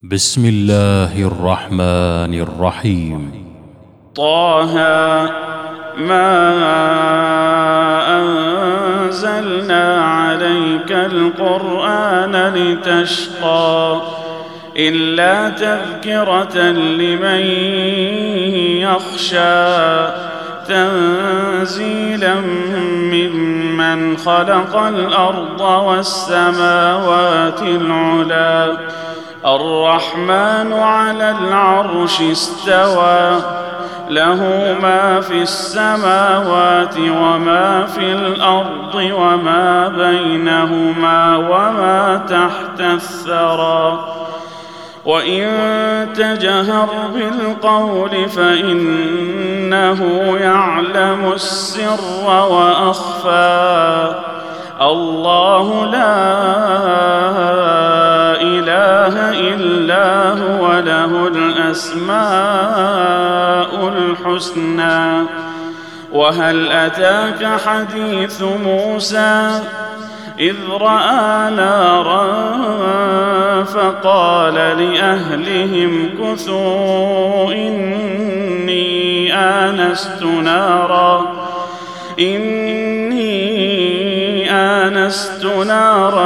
بسم الله الرحمن الرحيم. طه ما أنزلنا عليك القرآن لتشقى إلا تذكرة لمن يخشى تنزيلا ممن خلق الأرض والسماوات العلى الرحمن على العرش استوى له ما في السماوات وما في الأرض وما بينهما وما تحت الثرى وإن تجهر بالقول فإنه يعلم السر وأخفى الله لا إله إلا هو له الأسماء الحسنى وهل أتاك حديث موسى إذ رأى نارا فقال لأهلهم كثوا إني آنست نارا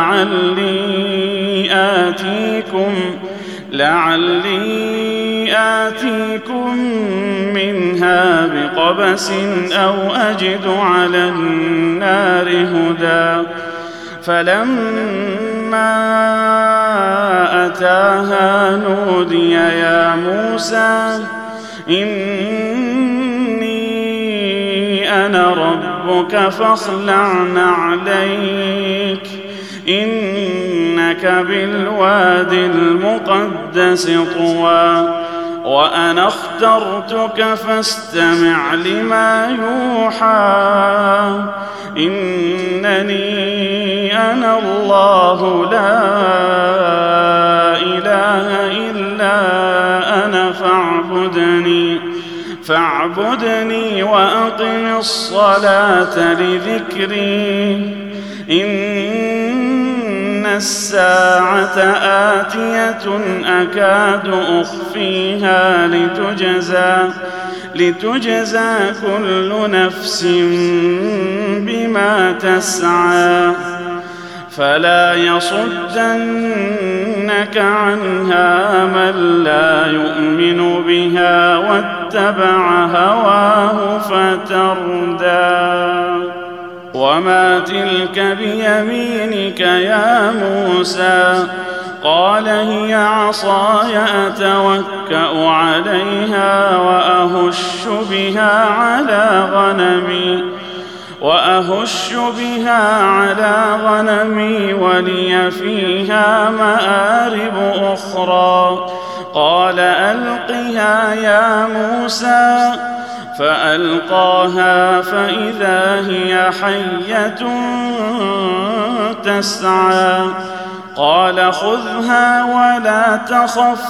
لعلي آتيكم منها بقبس أو أجد على النار هدى فلما أتاها نودي يا موسى إني أنا ربك فاخلع نعليك إنك بالواد المقدس طوى وأنا اخترتك فاستمع لما يوحى إنني أنا الله لا إله إلا أنا فاعبدني وأقم الصلاة لذكري إن الساعة آتية أكاد أخفيها لتجزى كل نفس بما تسعى فلا يصدنك عنها من لا يؤمن بها واتبع هواه فتردى وما تلك بيمينك يا موسى قال هي عصاي أتوكأ عليها وأهش بها على غنمي ولي فيها مآرب أخرى قال ألقها يا موسى فألقاها فإذا هي حية تسعى قال خذها ولا تخف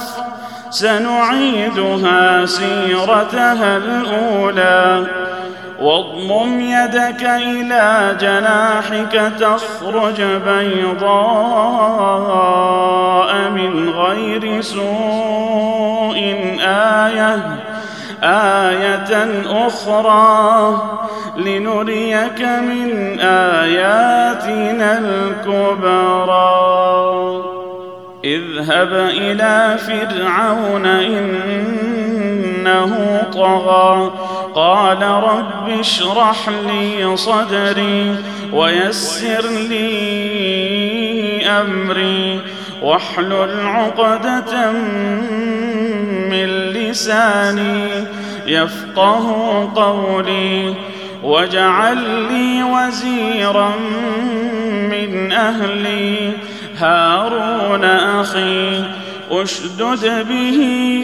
سنعيدها سيرتها الأولى واضمم يدك إلى جناحك تخرج بيضاء من غير سوء آية أخرى لنريك من آياتنا الكبرى اذهب إلى فرعون إنه طغى قال رب اشرح لي صدري ويسر لي أمري واحلل عقدة من لساني يفقه قولي واجعل لي وزيرا من أهلي هارون أخي أشدد به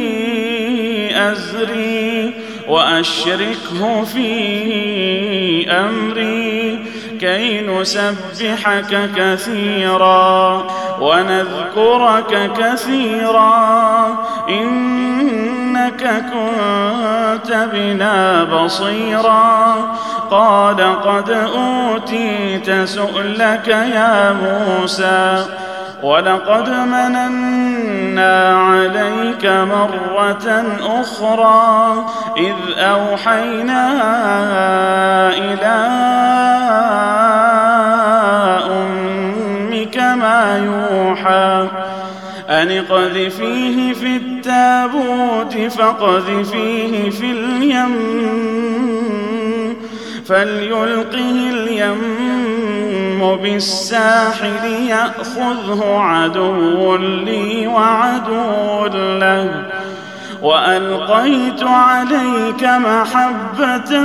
أزري وأشركه في أمري كي نسبحك كثيرا ونذكرك كثيرا إنك كنت بنا بصيرا قال قد أوتيت سؤلك يا موسى ولقد مننا عليك مرة أخرى إذ أوحينا إلى أمك ما يوحى أن اقذفيه في التابوت فاقذفيه في اليم فليلقه اليم بالساحل يأخذه عدو لي وعدو له وألقيت عليك محبة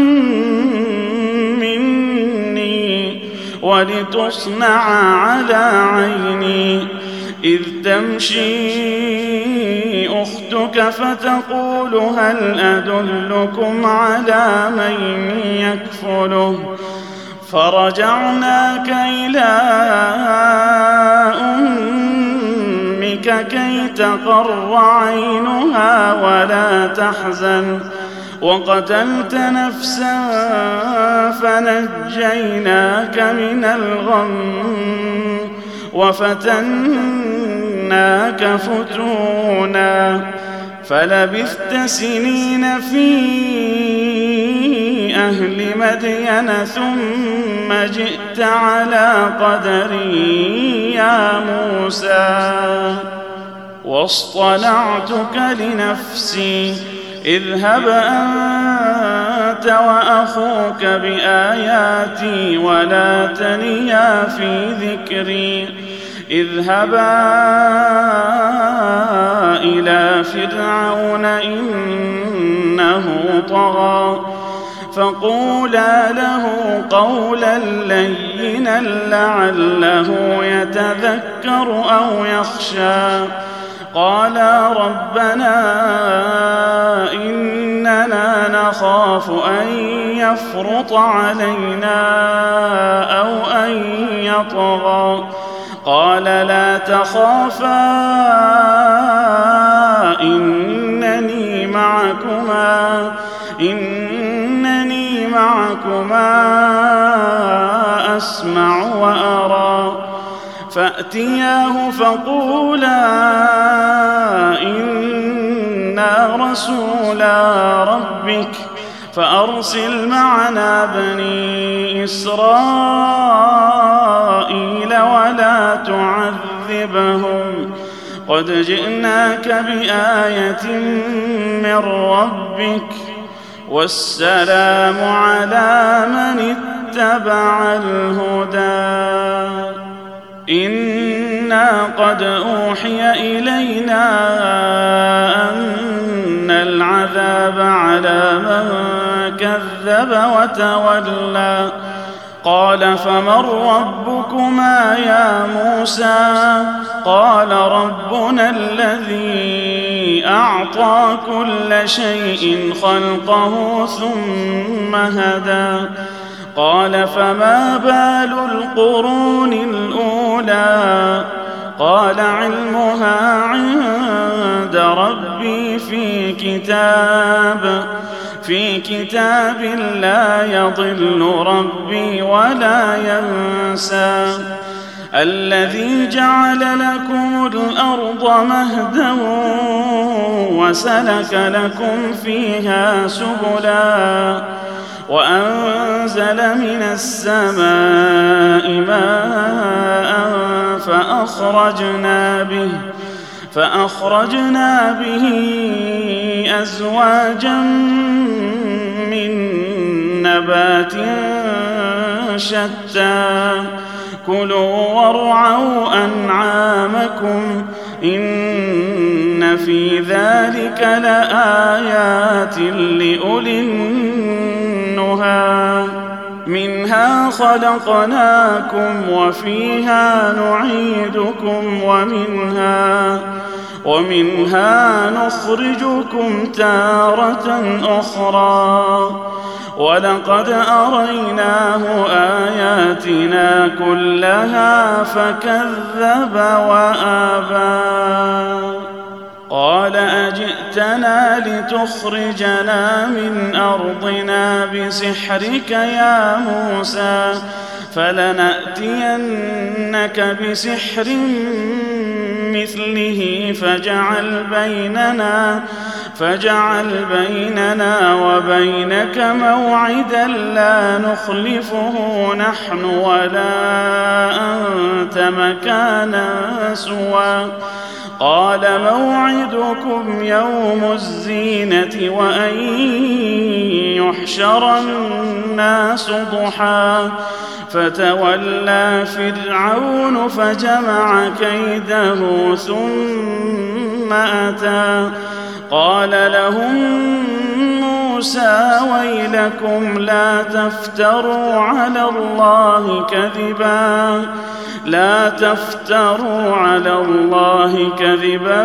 مني ولتصنع على عيني إذ تمشي أختك فتقول هل أدلكم على من يكفله فرجعناك إلى أمك كي تقر عينها ولا تحزن وقتلت نفسا فنجيناك من الغم وفتناك فتونا فلبثت سنين في أهل مدين ثم جئت على قدري يا موسى واصطنعتك لنفسي اذهب أنت وأخوك بآياتي ولا تنيا في ذكري اذهبا إلى فرعون إنه طغى فقولا له قولا لينا لعله يتذكر أو يخشى قالا ربنا إننا نخاف أن يفرط علينا أو أن يطغى قال لا تخافا إنني معكما أسمع وأرى فأتياه فقولا إنا رسولا ربك فأرسل معنا بني إسرائيل ولا تعذبهم قد جئناك بآية من ربك والسلام على من اتبع الهدى إنا قد أوحي إلينا أن العذاب على من كذب وتولى قال فمن ربكما يا موسى قال ربنا الذي أعطى كل شيء خلقه ثم هدى قال فما بال القرون الأولى قال علمها عند ربي في كتاب لا يضل ربي ولا ينسى الذي جعل لكم الأرض مهدا وسلك لكم فيها سبلا وأنزل من السماء ماء فأخرجنا به أزواجا من نبات شتى كلوا وارعوا أنعامكم إن في ذلك لآيات لأولي النهى منها خلقناكم وفيها نعيدكم ومنها نخرجكم تارة أخرى ولقد أريناه آياتنا كلها فكذب وأبى قال أجئتنا لتخرجنا من أرضنا بسحرك يا موسى فلنأتينك بسحر مثله فاجعل بيننا وبينك موعدا لا نخلفه نحن ولا أنت مكانا سوى. قال موعدكم يوم الزينة وأن يحشر الناس ضحى. فتولى فرعون فجمع كيده ثم أتى. قال لهم موسى ويلكم لا تفتروا على الله كذبا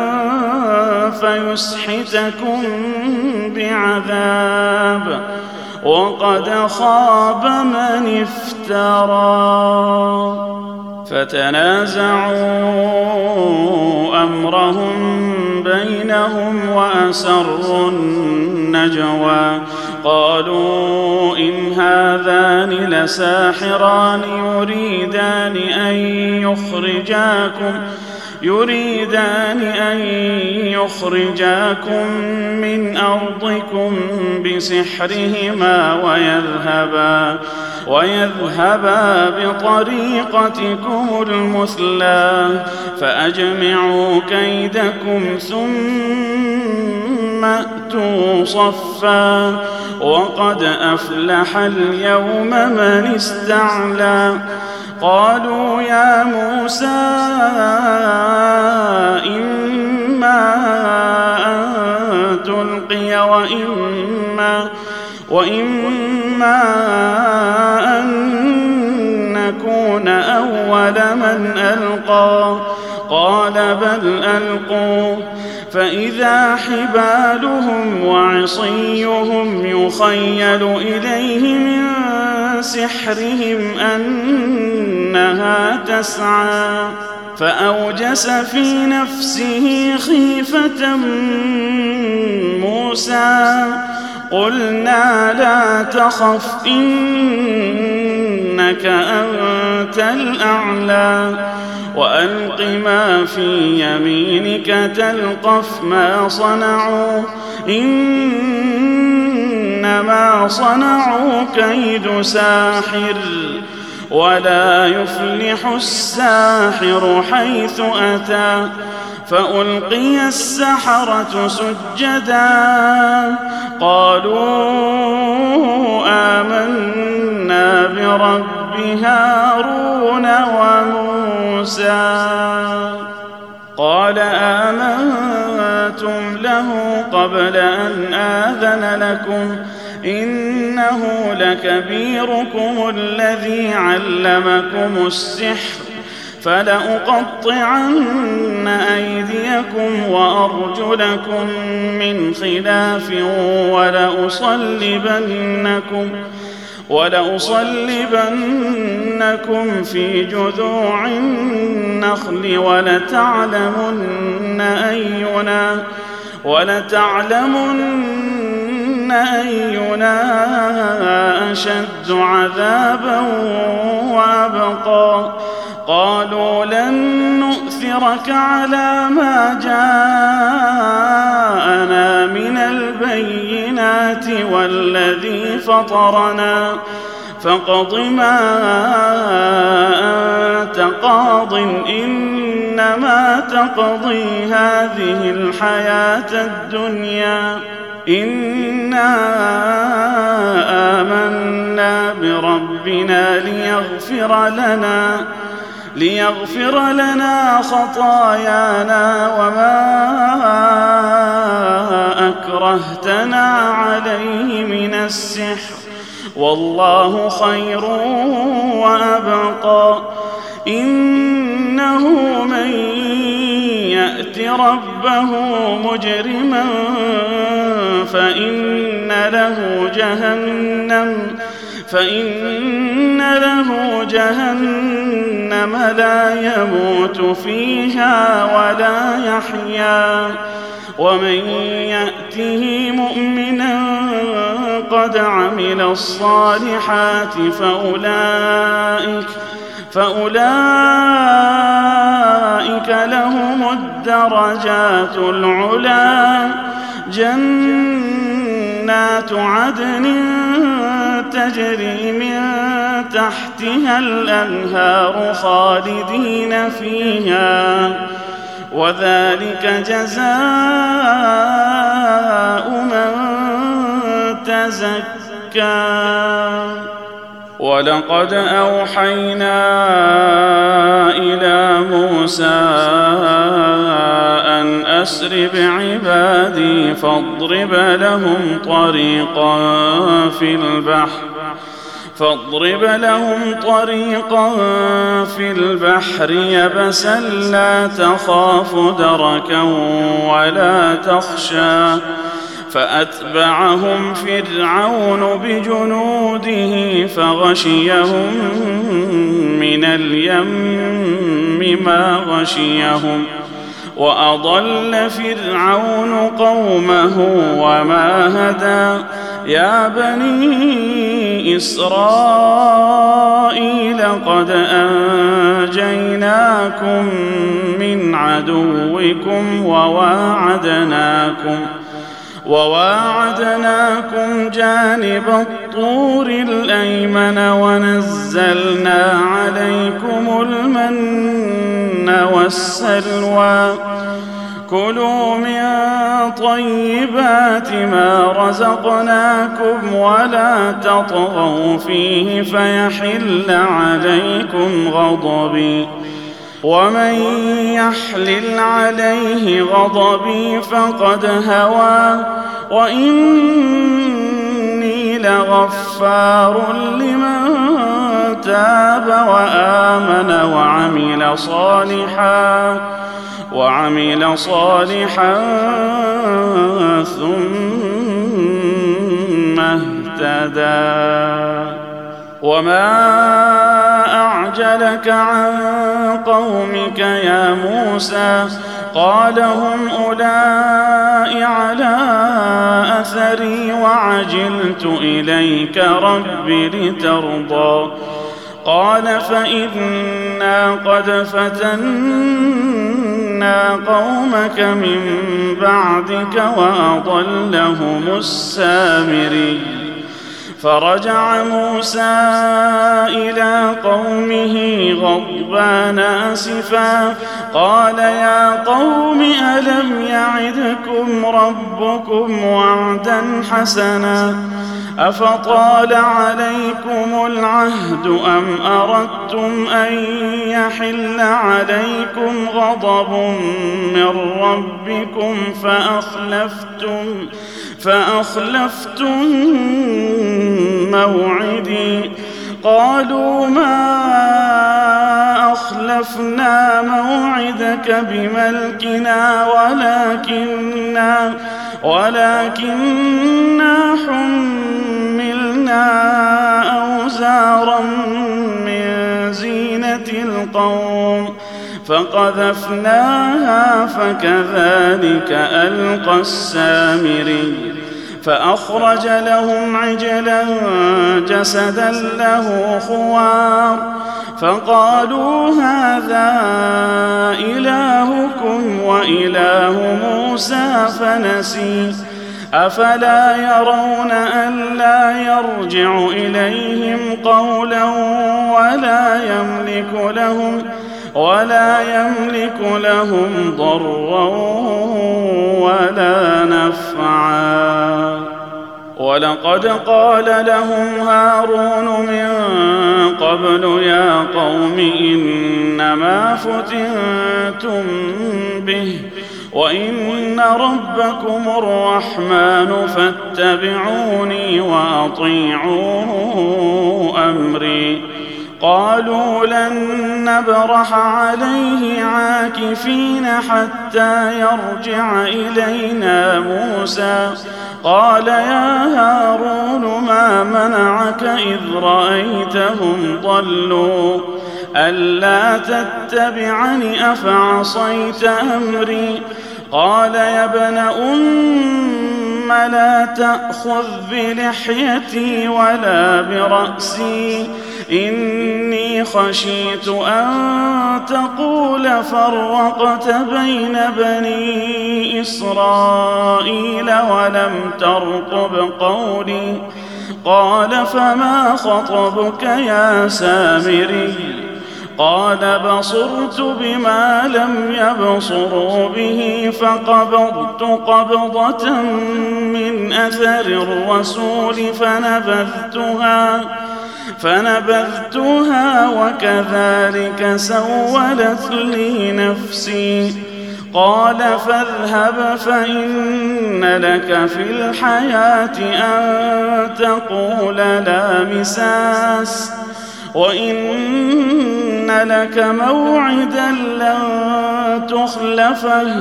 فيسحتكم بعذاب وقد خاب من افترى. فتنازعوا أمرهم بينهم وأسروا النجوى. قالوا إن هذان لساحران يريدان أن يخرجاكم من أرضكم بسحرهما ويذهبا بطريقتكم المثلى فأجمعوا كيدكم ثم أتوا صفا وقد أفلح اليوم من استعلى. قالوا يا موسى إما أن تلقي وإما أن نكون أول من ألقى. قال بل ألقوا فإذا حبالهم وعصيهم يخيل إليه من سحرهم أنها تسعى. فأوجس في نفسه خيفة موسى. قلنا لا تخف إنك أنت الأعلى وألق ما في يمينك تلقف ما صنعوا إنما صنعوا كيد ساحر ولا يفلح الساحر حيث أتى. فألقي السحرة سجدا قالوا آمنا برب هارون وموسى. قال آمنتم له قبل أن آذن لكم إنه لكبيركم الذي علمكم السحر فلأقطعن أيديكم وأرجلكم من خلاف ولأصلبنكم في جذوع النخل ولتعلمن أينا أشد عذابا وأبقى. قالوا لن نؤثرك على ما جاءنا من البينات والذي فطرنا فاقض ما أنت قاض إنما تقضي هذه الحياة الدنيا إنا آمنا بربنا ليغفر لنا خطايانا وما أكرهتنا عليه من السحر والله خير وأبقى. إنه من يأت ربه فإن له فإن له جهنم لا يموت فيها ولا يحيا ومن يأته مؤمنا قد عمل الصالحات فأولئك لهم الدرجات العلى جنات عدن تجري من تحتها الأنهار خالدين فيها وذلك جزاء من تزكى. ولقد أوحينا إلى موسى أن أسر بعبادي فاضرب لهم طريقا في البحر يبسا لا تخاف دركا ولا تخشى فأتبعهم فرعون بجنوده فغشيهم من اليم ما غشيهم وأضل فرعون قومه وما هدى. يا بني إسرائيل قد أنجيناكم من عدوكم وواعدناكم جانب الطور الأيمن ونزلنا عليكم المن والسلوى كلوا من طيبات ما رزقناكم ولا تطغوا فيه فيحل عليكم غضبي ومن يحلل عليه غضبي فقد هوى وإني لغفار لمن تاب وآمن وعمل صالحا ثم اهتدى. وما أعجلك عن قومك يا موسى قال هم أولئك على أثري وعجلت إليك رب لترضى قال فإنا قد فتنا قومك من بعدك وأضلهم السامري. فرجع موسى إلى قومه غضبان آسفا قال يا قوم ألم يعدكم ربكم وعدا حسنا أفطال عليكم العهد أم أردتم أن يحل عليكم غضب من ربكم فأخلفتم موعدي قالوا ما أخلفنا موعدك بملكنا ولكننا حملنا أوزارا من زينة القوم فقذفناها فكذلك ألقى السامري. فأخرج لهم عجلا جسدا له خوار فقالوا هذا إلهكم وإله موسى فنسي أفلا يرون ألا يرجع إليهم قولا ولا يملك لهم ضرا ولا نفعا. ولقد قال لهم هارون من قبل يا قوم إنما فتنتم به وإن ربكم الرحمن فاتبعوني وأطيعوا أمري قالوا لن نبرح عليه عاكفين حتى يرجع إلينا موسى. قال يا هارون ما منعك إذ رأيتهم ضلوا ألا تتبعني أفعصيت أمري. قال يا ابن أم لا تأخذ بلحيتي ولا برأسي إني خشيت أن تقول فرقت بين بني إسرائيل ولم ترقب قولي. قال فما خطبك يا سامري؟ قال بصرت بما لم يبصروا به فقبضت قبضة من أثر الرسول فنبذتها وكذلك سولت لي نفسي. قال فاذهب فإن لك في الحياة أن تقول لا مساس وإن لك موعدا لن تخلفه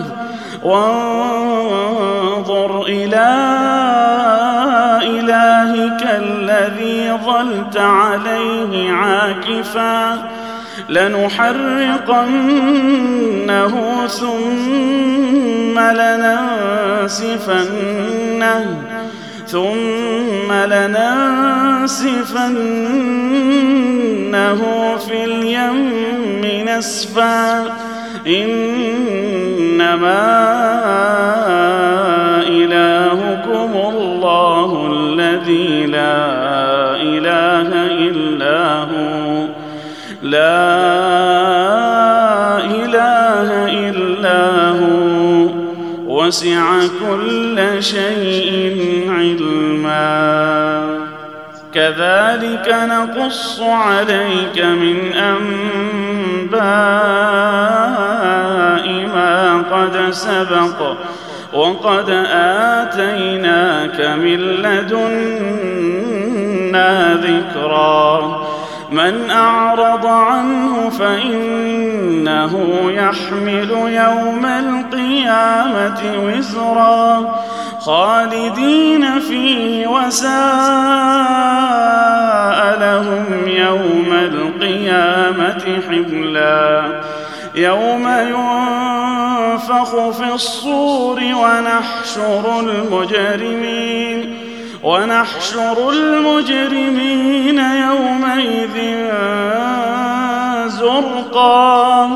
وانظر إلى إلهك الذي ظلت عليه عاكفا لنحرقنه ثم لننسفنه في اليم نسفا إنما إلهكم الله الذي لا إله إلا هو وسع كل شيء علما. كذلك نقص عليك من أنباء ما قد سبق وقد آتيناك من لدنا ذكرا. من أعرض عنه فإنه يحمل يوم القيامة وزرا خالدين فيه وساء لهم يوم القيامة حملا. يوم ينفخ في الصور ونحشر المجرمين يومئذ زرقا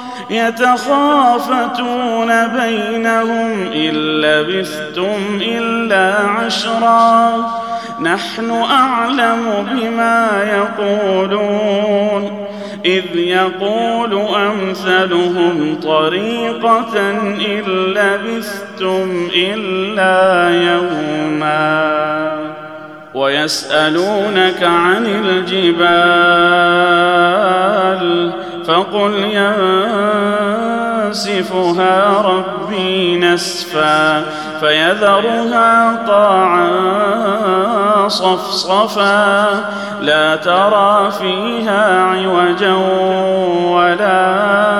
يتخافتون بينهم إن لبثتم إلا عشرا نحن أعلم بما يقولون إذ يقول أمثلهم طريقة إن لبثتم إلا يوما. ويسألونك عن الجبال فقل ينسفها ربي نسفا فيذرها قاعا صفصفا لا ترى فيها عوجا ولا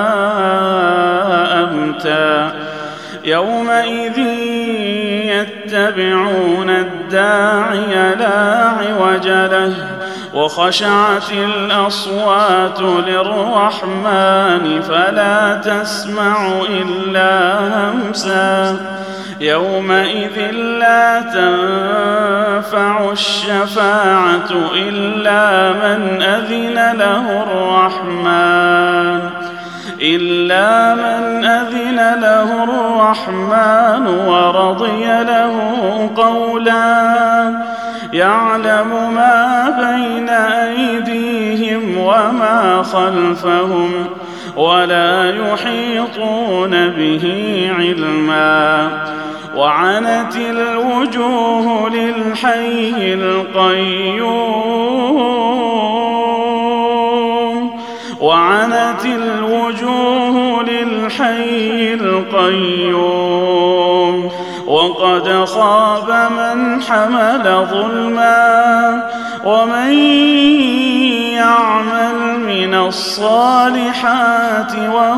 أمتا. يومئذ يتبعون الداعي لا عوج له وخشعت الأصوات للرحمن فلا تسمع إلا همسا. يومئذ لا تنفع الشفاعة إلا من أذن له الرحمن ورضي له قولا. يعلم ما بين أيديهم وما خلفهم ولا يحيطون به علما. وعنت الوجوه للحي القيوم وقد خاب من حمل ظلما ومن يعمل من الصالحات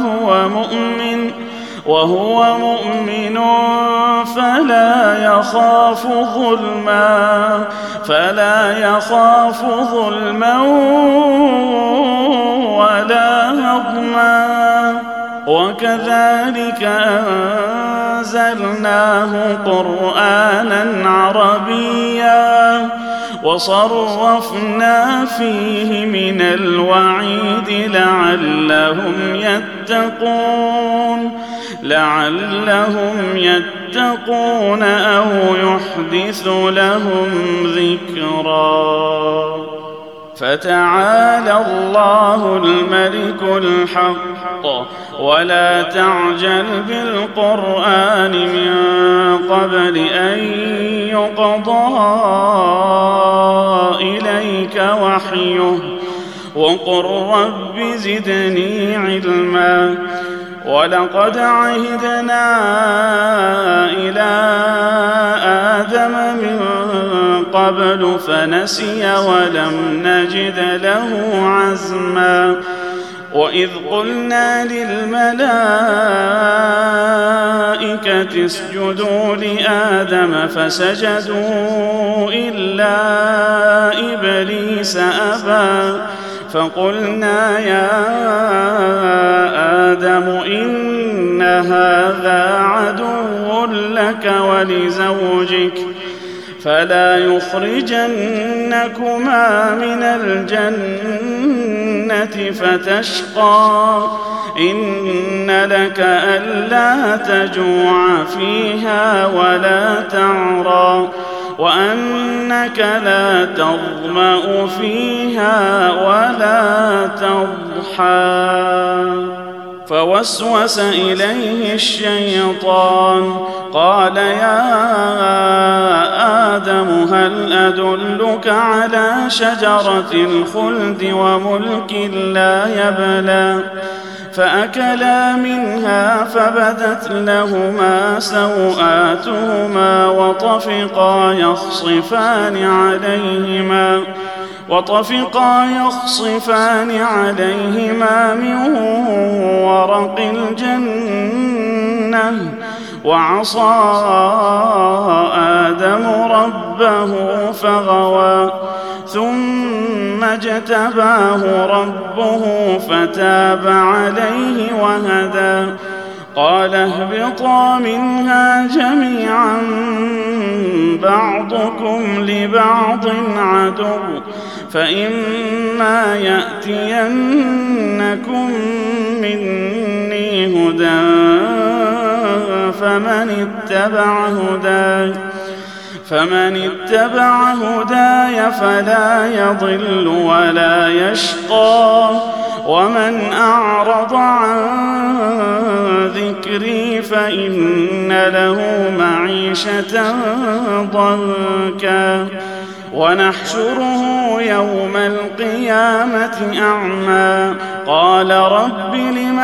وهو مؤمن فلا يخاف ظلما ولا هضما. وكذلك أنزلناه قرآنا عربيا وصرفنا فيه من الوعيد لعلهم يتقون أو يحدث لهم ذكرا. فتعالى الله الملك الحق ولا تعجل بالقرآن من قبل أن يقضى إليك وحيه وقل رب زدني علما. ولقد عهدنا إلى آدم من قبل فنسي ولم نجد له عزما. وإذ قلنا للملائكة اسجدوا لآدم فسجدوا إلا إبليس أبى فقلنا يا آدم إن هذا عدو لك ولزوجك فلا يخرجنكما من الجنة فتشقى. إن لك ألا تجوع فيها ولا تعرى وأنك لا تظمأ فيها ولا تضحى. فوسوس إليه الشيطان قال يا آدم هل أدلك على شجرة الخلد وملك لا يبلى. فأكلا منها فبدت لهما سوآتهما وطفقا يخصفان عليهما من ورق الجنة وعصى آدم ربه فغوى ثم اجتباه ربه فتاب عليه وهدى. قال اهبطا منها جميعا بعضكم لبعض عدو فإما يأتينكم مني هدى فمن اتبع هداي فلا يضل ولا يشقى ومن أعرض عن ذكري فإن له معيشة ضنكا ونحشره يوم القيامة أعمى قال رب لم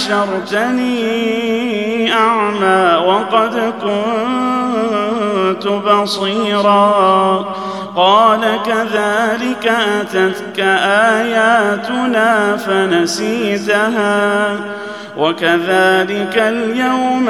حشرتني أعمى وقد كنت بصيرا قال كذلك أتتك آياتنا فنسيتها وكذلك اليوم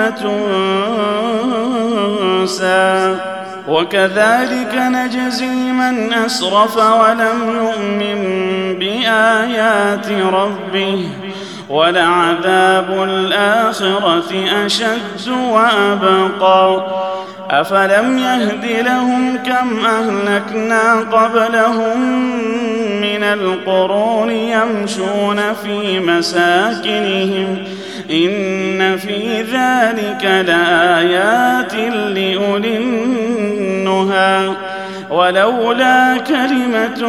تنسى وكذلك نجزي من أسرف ولم يؤمن بآيات ربه ولعذاب الآخرة أشد وأبقى أفلم يهد لهم كم أهلكنا قبلهم من القرون يمشون في مساكنهم إن في ذلك لآيات لأولي النهى ولولا كلمة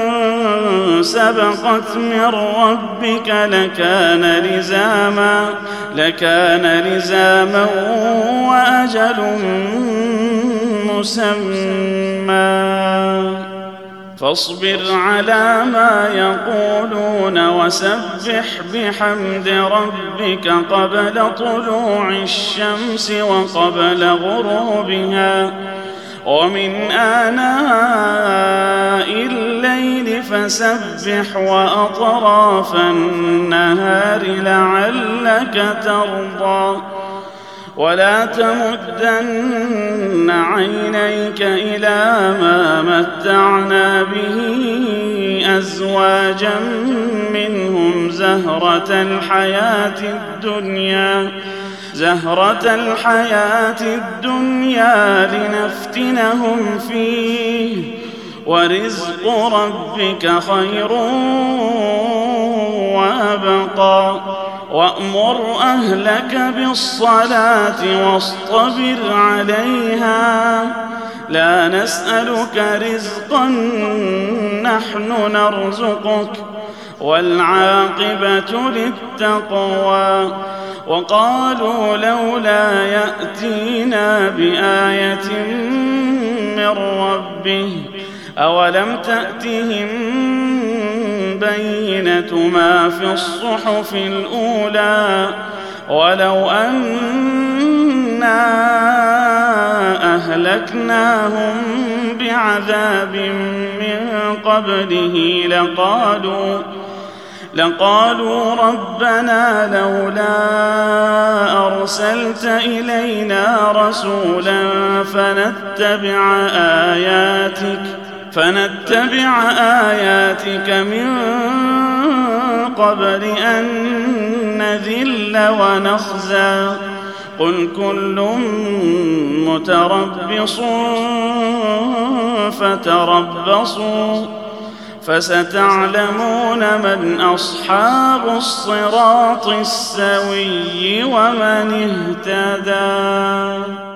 سبقت من ربك لكان لزاما وأجل مسمى فاصبر على ما يقولون وسبح بحمد ربك قبل طلوع الشمس وقبل غروبها ومن آناء الليل فسبح وأطراف النهار لعلك ترضى ولا تمدن عينيك إلى ما متعنا به أزواجا منهم زهرة الحياة الدنيا لنفتنهم فيه ورزق ربك خير وأبقى وأمر أهلك بالصلاة واصطبر عليها لا نسألك رزقا نحن نرزقك والعاقبة للتقوى وقالوا لولا يأتينا بآية من ربه أولم تأتهم بينة ما في الصحف الأولى ولو أنا أهلكناهم بعذاب من قبله لقالوا ربنا لولا أرسلت إلينا رسولا فنتبع آياتك من قبل أن نذل ونخزى قل كل متربص فتربصوا فستعلمون من أصحاب الصراط السوي ومن اهتدى.